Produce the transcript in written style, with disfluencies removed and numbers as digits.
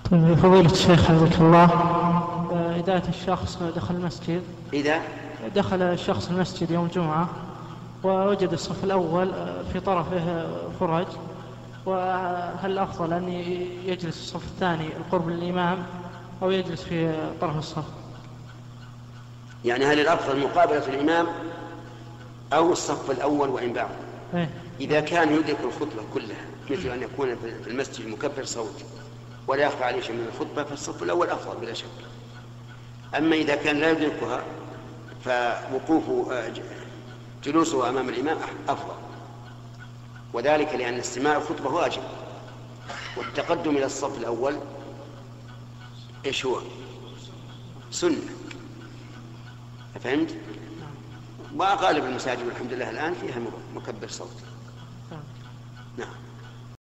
طيب فضيلة الشيخ حفظك الله، إذا الشخص دخل المسجد، إذا دخل الشخص المسجد يوم الجمعة ووجد الصف الأول في طرفه فرج، وهل الأفضل أن يجلس الصف الثاني القرب للإمام أو يجلس في طرف الصف؟ يعني هل الأفضل مقابلة الإمام أو الصف الأول وإن بعد؟ إذا كان يدرك الخطبة كلها، مثل أن يكون في المسجد مكبر صوت ولا يخفى عليه شيء من الخطبة، فالصف الأول أفضل بلا شك. أما إذا كان لا يدركها جلوسه أمام الإمام أفضل، وذلك لأن استماع الخطبة واجب، والتقدم إلى الصف الأول إيش هو؟ سنة. فهمت؟ وغالب المساجد والحمد لله الآن فيها مكبر صوت.